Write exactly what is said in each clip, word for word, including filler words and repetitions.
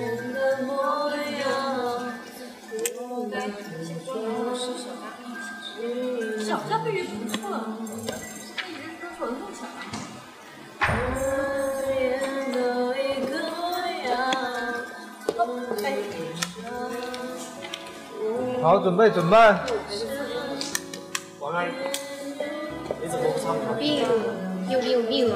小家对于不错了，这一人说说弄起来。 好，准备准备。 王安，你怎么不唱歌？ 病，有病有病了。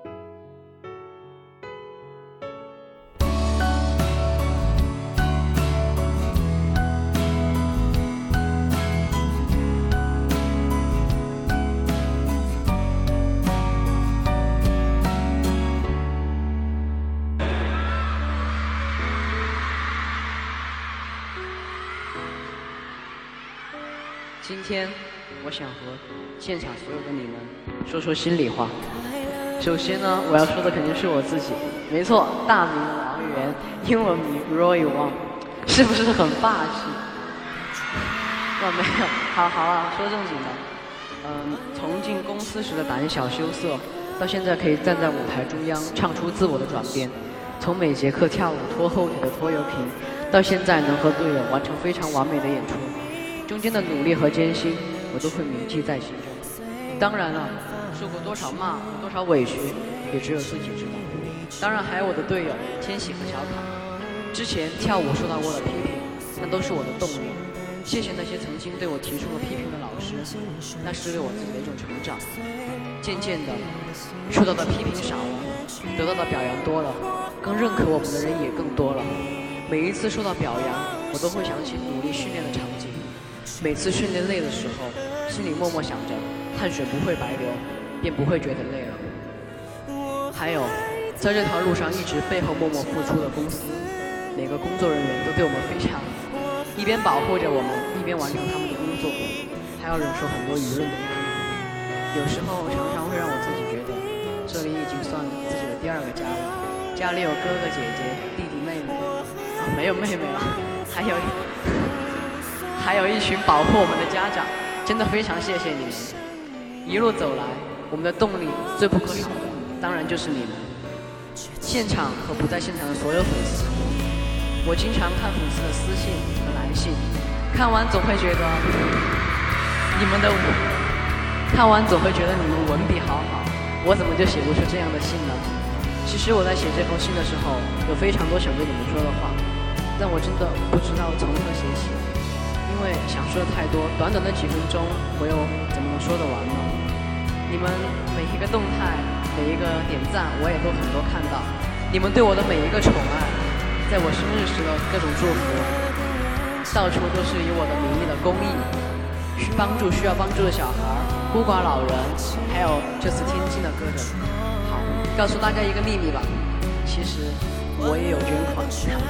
今天，我想和现场所有的你们说说心里话。首先呢，我要说的肯定是我自己，没错，大名王源，英文名 Roy Wang， 是不是很霸气？哇，没有，好好啊，说正经的。嗯，从进公司时的胆小羞涩，到现在可以站在舞台中央唱出自我的转变，从每节课跳舞拖后腿的拖油瓶，到现在能和队友完成非常完美的演出。中间的努力和艰辛，我都会铭记在心中。当然了，受过多少骂，多少委屈，也只有自己知道。当然还有我的队友千玺和小卡。之前跳舞受到过的批评，那都是我的动力。谢谢那些曾经对我提出了批评的老师，那是对我自己的一种成长。渐渐的，受到的批评少了，得到的表扬多了，更认可我们的人也更多了。每一次受到表扬，我都会想起努力训练的场景。每次训练累的时候，心里默默想着，汗水不会白流，便不会觉得累了。还有，在这条路上一直背后默默付出的公司，每个工作人员都对我们非常，一边保护着我们，一边完成他们的工作，还要忍受很多舆论的压力。有时候常常会让我自己觉得，这里已经算自己的第二个家了。家里有哥哥姐姐、弟弟妹妹，啊，没有妹妹了，还有。还有一群保护我们的家长，真的非常谢谢你们。一路走来，我们的动力最不可少的，当然就是你们。现场和不在现场的所有粉丝，我经常看粉丝的私信和来信，看完总会觉得你们的，看完总会觉得你们文笔好好，我怎么就写不出这样的信呢？其实我在写这封信的时候，有非常多想对你们说的话，但我真的不知道从何写起。因为想说的太多，短短的几分钟，我又怎么能说得完呢？你们每一个动态，每一个点赞，我也都很多看到。你们对我的每一个宠爱，在我生日时的各种祝福，到处都是以我的名义的公益，去帮助需要帮助的小孩、孤寡老人，还有这次天津的歌人。好，告诉大家一个秘密吧，其实我也有捐款。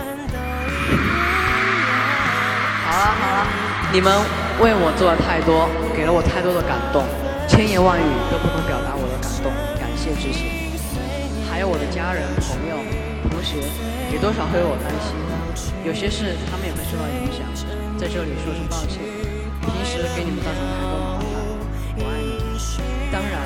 好了好了，你们为我做了太多，给了我太多的感动，千言万语都不能表达我的感动，感谢之情。还有我的家人、朋友、同学，也多少会为我担心，有些事他们也会受到影响，在这里说声抱歉。平时给你们造成太多麻烦，我爱你们。当然，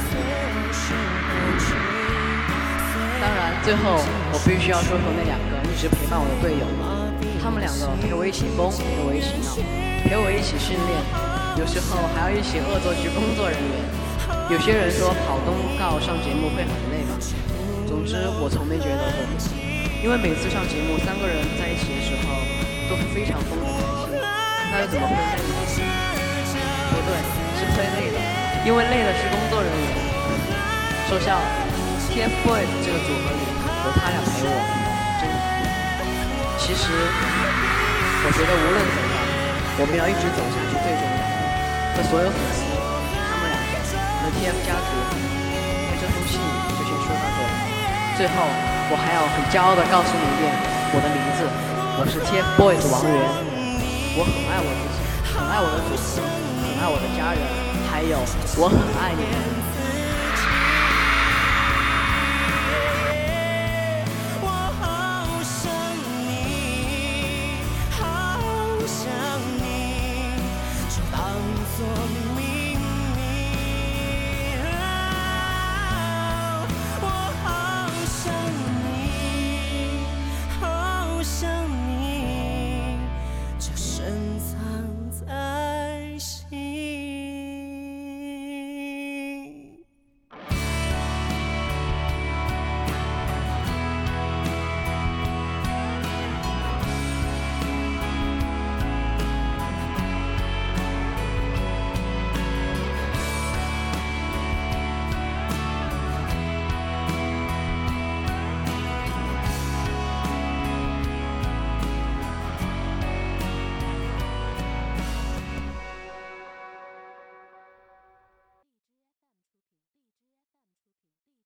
当然，最后我必须要说说那两个一直陪伴我的队友。他们两个陪我一起疯，陪我一起闹，陪我一起训练，有时候还要一起恶作剧工作人员。有些人说跑通告上节目会很累吧，总之我从没觉得会，因为每次上节目三个人在一起的时候都会非常疯的开心，那又怎么会累呢？不对，是会累的，因为累的是工作人员。说笑了 ，T F Boys 这个组合里有他俩陪我，真的。其实，我觉得无论怎样，我们要一直走下去最重要。和所有粉丝，他们两个，我的 T F 家族，那这封信就先说到这里。最后，我还要很骄傲地告诉你一遍我的名字，我是 T F Boys 王源。我很爱我自己，很爱我的组合，很爱我的家人，还有我很爱你们。 做秘密。